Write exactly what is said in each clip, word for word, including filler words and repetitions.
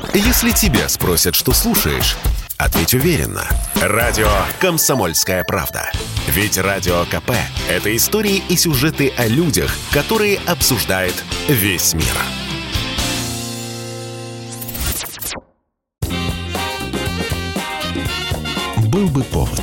Если тебя спросят, что слушаешь, ответь уверенно. Радио «Комсомольская правда». Ведь Радио КП – это истории и сюжеты о людях, которые обсуждает весь мир. Был бы повод.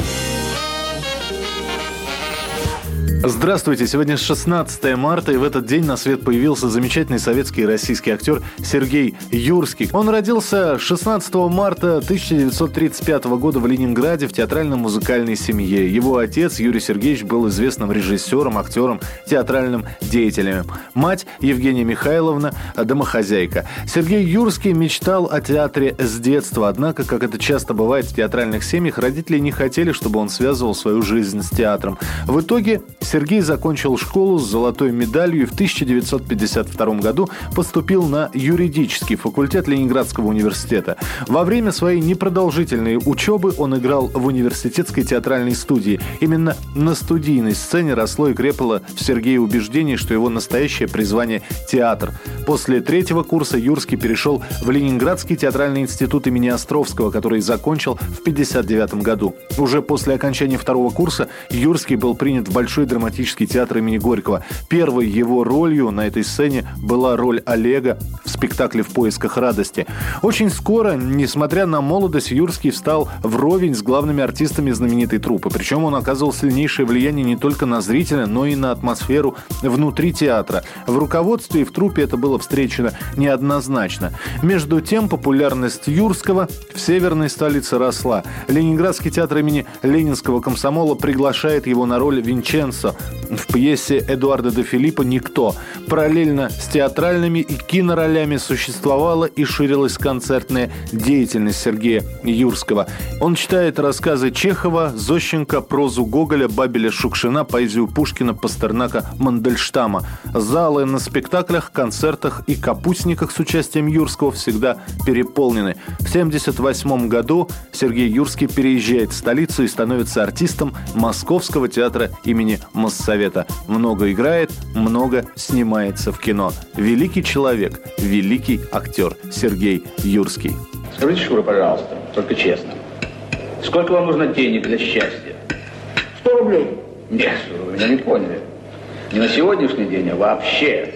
Здравствуйте! Сегодня шестнадцатое марта, и в этот день на свет появился замечательный советский и российский актер Сергей Юрский. Он родился шестнадцатого марта тысяча девятьсот тридцать пятого года в Ленинграде в театрально-музыкальной семье. Его отец Юрий Сергеевич был известным режиссером, актером, театральным деятелем. Мать Евгения Михайловна – домохозяйка. Сергей Юрский мечтал о театре с детства, однако, как это часто бывает в театральных семьях, родители не хотели, чтобы он связывал свою жизнь с театром. В итоге Сергей закончил школу с золотой медалью и в тысяча девятьсот пятьдесят втором году поступил на юридический факультет Ленинградского университета. Во время своей непродолжительной учебы он играл в университетской театральной студии. Именно на студийной сцене росло и крепло в Сергее убеждение, что его настоящее призвание – театр. После третьего курса Юрский перешел в Ленинградский театральный институт имени Островского, который закончил в пятьдесят девятом году. Уже после окончания второго курса Юрский был принят в Большой драматический театр имени Горького. Первой его ролью на этой сцене была роль Олега в спектакле «В поисках радости». Очень скоро, несмотря на молодость, Юрский встал вровень с главными артистами знаменитой труппы. Причем он оказывал сильнейшее влияние не только на зрителя, но и на атмосферу внутри театра. В руководстве и в труппе это было встречено неоднозначно. Между тем, популярность Юрского в северной столице росла. Ленинградский театр имени Ленинского комсомола приглашает его на роль Винченцо в пьесе Эдуарда де Филиппо «Никто». Параллельно с театральными и киноролями существовала и ширилась концертная деятельность Сергея Юрского. Он читает рассказы Чехова, Зощенко, прозу Гоголя, Бабеля, Шукшина, поэзию Пушкина, Пастернака, Мандельштама. Залы на спектаклях, концертах и капустниках с участием Юрского всегда переполнены. В семьдесят восьмом году Сергей Юрский переезжает в столицу и становится артистом Московского театра имени Моссовета. Много играет, много снимается в кино. Великий человек, великий актер Сергей Юрский. Скажите, Шура, пожалуйста, только честно. Сколько вам нужно денег для счастья? Сто рублей. Нет, вы меня не поняли. Не на сегодняшний день, а вообще.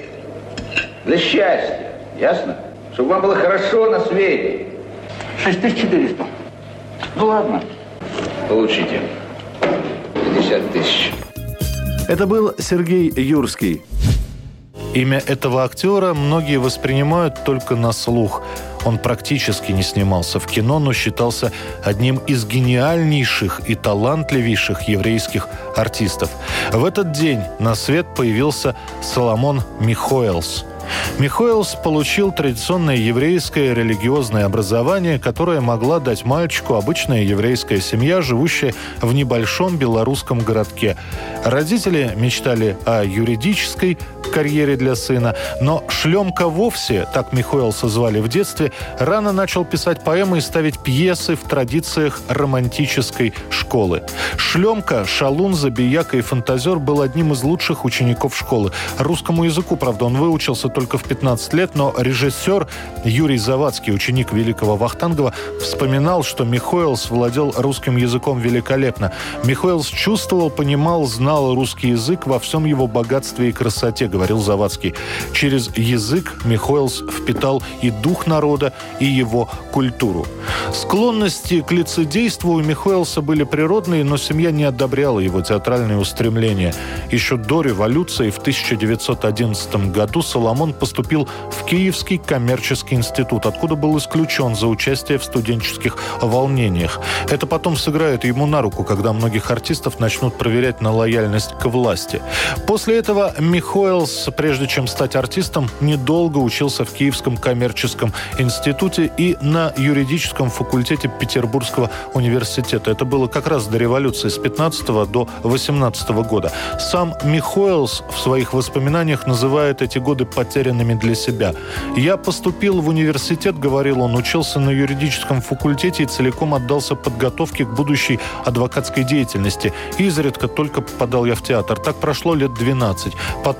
Для счастья, ясно? Чтобы вам было хорошо на свете. Шесть тысяч четыреста. Ну ладно. Получите. Пятьдесят тысяч. Это был Сергей Юрский. Имя этого актера многие воспринимают только на слух. Он практически не снимался в кино, но считался одним из гениальнейших и талантливейших еврейских артистов. В этот день на свет появился Соломон Михоэлс. Михоэлс получил традиционное еврейское религиозное образование, которое могла дать мальчику обычная еврейская семья, живущая в небольшом белорусском городке. Родители мечтали о юридической карьере для сына, но Шлемка вовсе, так Михоэлса звали в детстве, рано начал писать поэмы и ставить пьесы в традициях романтической школы. Шлемка, шалун, забияка и фантазер, был одним из лучших учеников школы. Русскому языку, правда, он выучился только в пятнадцать лет, но режиссер Юрий Завадский, ученик великого Вахтангова, вспоминал, что Михоэлс владел русским языком великолепно. Михоэлс чувствовал, понимал, знал русский язык во всем его богатстве и красоте, говорил Завадский. Через язык Михоэлс впитал и дух народа, и его культуру. Склонности к лицедейству у Михоэлса были природные, но семья не одобряла его театральные устремления. Еще до революции в тысяча девятьсот одиннадцатом году Соломон поступил в Киевский коммерческий институт, откуда был исключен за участие в студенческих волнениях. Это потом сыграет ему на руку, когда многих артистов начнут проверять на лояльность к власти. После этого Михоэлс, прежде чем стать артистом, недолго учился в Киевском коммерческом институте и на юридическом факультете Петербургского университета. Это было как раз до революции с пятнадцатого до восемнадцатого года. Сам Михоэлс в своих воспоминаниях называет эти годы потерянными для себя. «Я поступил в университет, — говорил он, — учился на юридическом факультете и целиком отдался подготовке к будущей адвокатской деятельности. Изредка только попадал я в театр. Так прошло лет двенадцать. Потом произошло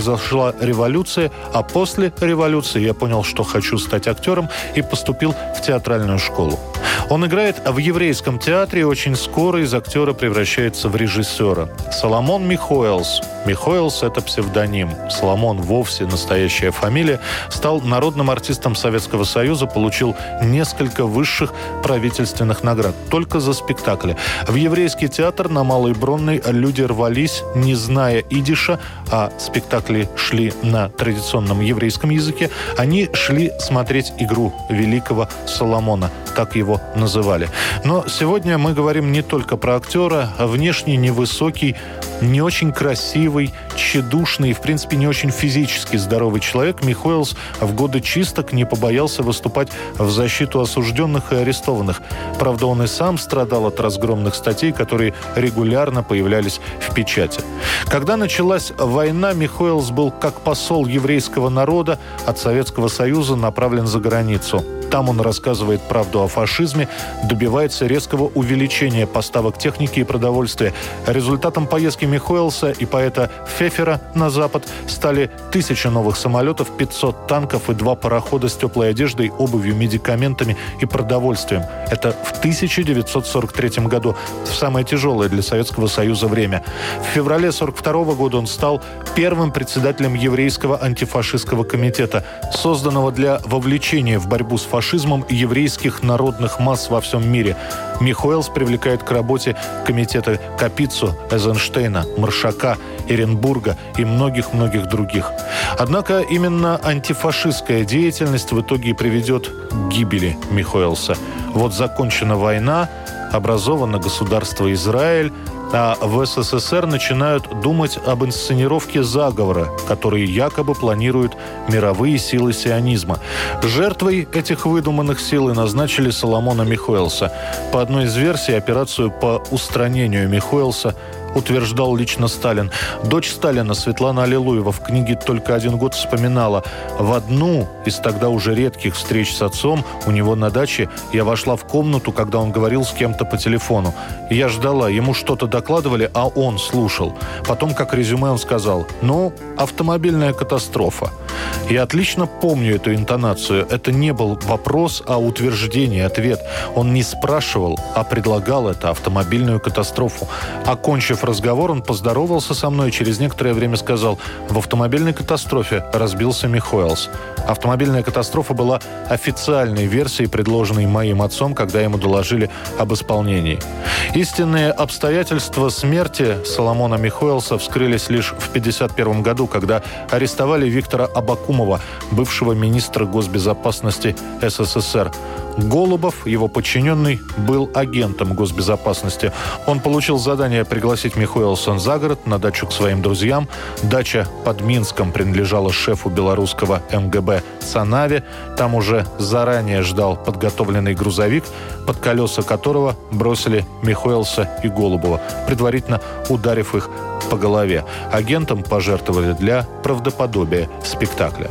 произошла революция, а после революции я понял, что хочу стать актером, и поступил в театральную школу. Он играет в еврейском театре и очень скоро из актера превращается в режиссера. Соломон Михоэлс. Михоэлс – это псевдоним. Соломон вовсе настоящая фамилия. Стал народным артистом Советского Союза, получил несколько высших правительственных наград. Только за спектакли. В еврейский театр на Малой Бронной люди рвались, не зная идиша, а спектакли шли на традиционном еврейском языке. Они шли смотреть игру великого Соломона. Так его называли. Но сегодня мы говорим не только про актера. Внешне невысокий, не очень красивый, тщедушный и, в принципе, не очень физически здоровый человек Михоэлс в годы чисток не побоялся выступать в защиту осужденных и арестованных. Правда, он и сам страдал от разгромных статей, которые регулярно появлялись в печати. Когда началась война, Михоэлс был как посол еврейского народа от Советского Союза направлен за границу. Там он рассказывает правду о фашизме, добивается резкого увеличения поставок техники и продовольствия. Результатом поездки Михоэлса и поэта Фефера на Запад стали тысячи новых самолетов, пятьсот танков и два парохода с теплой одеждой, обувью, медикаментами и продовольствием. Это в тысяча девятьсот сорок третьем году, в самое тяжелое для Советского Союза время. В феврале сорок второго года он стал первым председателем Еврейского антифашистского комитета, созданного для вовлечения в борьбу с фашизмом еврейских народных масс во всем мире. Михоэлс привлекает к работе комитеты Капицу, Эйзенштейна, Маршака, Эренбурга и многих-многих других. Однако именно антифашистская деятельность в итоге и приведет к гибели Михоэлса. Вот закончена война, образовано государство Израиль, а в СССР начинают думать об инсценировке заговора, который якобы планируют мировые силы сионизма. Жертвой этих выдуманных сил и назначили Соломона Михоэлса. По одной из версий, операцию по устранению Михоэлса утверждал лично Сталин. Дочь Сталина, Светлана Аллилуева, в книге «Только один год» вспоминала: в одну из тогда уже редких встреч с отцом у него на даче я вошла в комнату, когда он говорил с кем-то по телефону. Я ждала, ему что-то докладывали, а он слушал. Потом, как резюме, он сказал: «Ну, автомобильная катастрофа». Я отлично помню эту интонацию. Это не был вопрос, а утверждение, ответ. Он не спрашивал, а предлагал это, автомобильную катастрофу. Окончив разговор, он поздоровался со мной и через некоторое время сказал: в автомобильной катастрофе разбился Михоэлс. Автомобильная катастрофа была официальной версией, предложенной моим отцом, когда ему доложили об исполнении. Истинные обстоятельства смерти Соломона Михоэлса вскрылись лишь в пятьдесят первом году, когда арестовали Виктора Абакумова, бывшего министра госбезопасности СССР. Голубов, его подчиненный, был агентом госбезопасности. Он получил задание пригласить Михоэлса за город на дачу к своим друзьям. Дача под Минском принадлежала шефу белорусского эм гэ бэ Цанаве. Там уже заранее ждал подготовленный грузовик, под колеса которого бросили Михоэлса и Голубова, предварительно ударив их по голове. Агентам пожертвовали для правдоподобия спектакля.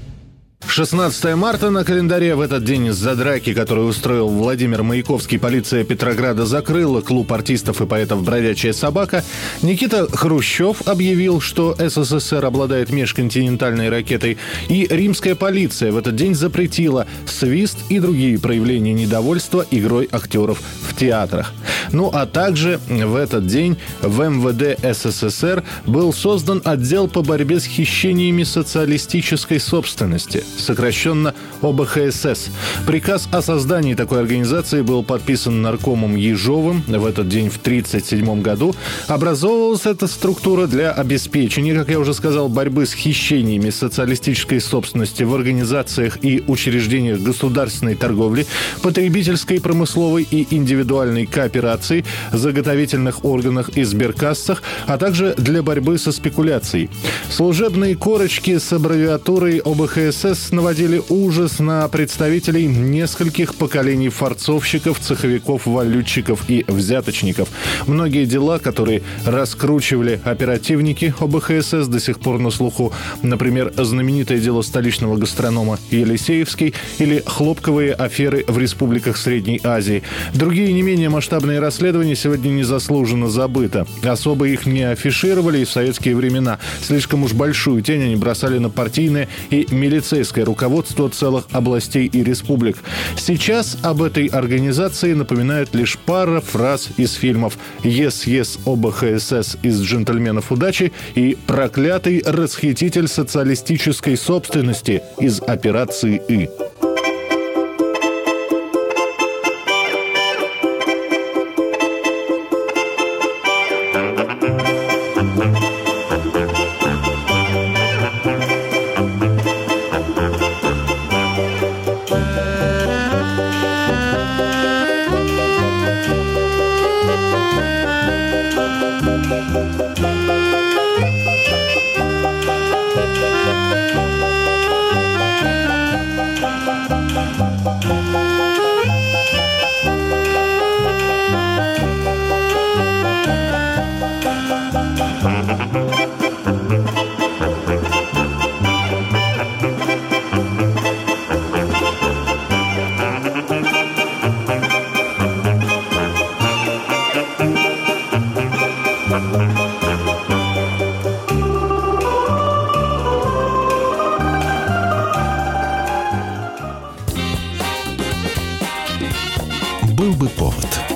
шестнадцатое марта на календаре. В этот день из-за драки, которую устроил Владимир Маяковский, полиция Петрограда закрыла клуб артистов и поэтов «Бродячая собака». Никита Хрущев объявил, что эс эс эс эр обладает межконтинентальной ракетой. И римская полиция в этот день запретила свист и другие проявления недовольства игрой актеров в театрах. Ну а также в этот день в эм вэ дэ эс эс эс эр был создан отдел по борьбе с хищениями социалистической собственности, сокращенно о бэ ха эс эс. Приказ о создании такой организации был подписан наркомом Ежовым в этот день в тысяча девятьсот тридцать седьмом году. Образовывалась эта структура для обеспечения, как я уже сказал, борьбы с хищениями социалистической собственности в организациях и учреждениях государственной торговли, потребительской, промысловой и индивидуальной кооперации, заготовительных органах и сберкассах, а также для борьбы со спекуляцией. Служебные корочки с аббревиатурой о бэ ха эс эс наводили ужас на представителей нескольких поколений форцовщиков, цеховиков, валютчиков и взяточников. Многие дела, которые раскручивали оперативники о бэ ха эс эс, до сих пор на слуху. Например, знаменитое дело столичного гастронома Елисеевский или хлопковые аферы в республиках Средней Азии. Другие не менее масштабные Тайные расследования сегодня незаслуженно забыто. Особо их не афишировали и в советские времена. Слишком уж большую тень они бросали на партийное и милицейское руководство целых областей и республик. Сейчас об этой организации напоминает лишь пара фраз из фильмов «Ес-Ес ОБХСС» из «Джентльменов удачи» и «Проклятый расхититель социалистической собственности» из «Операции И». Был бы повод.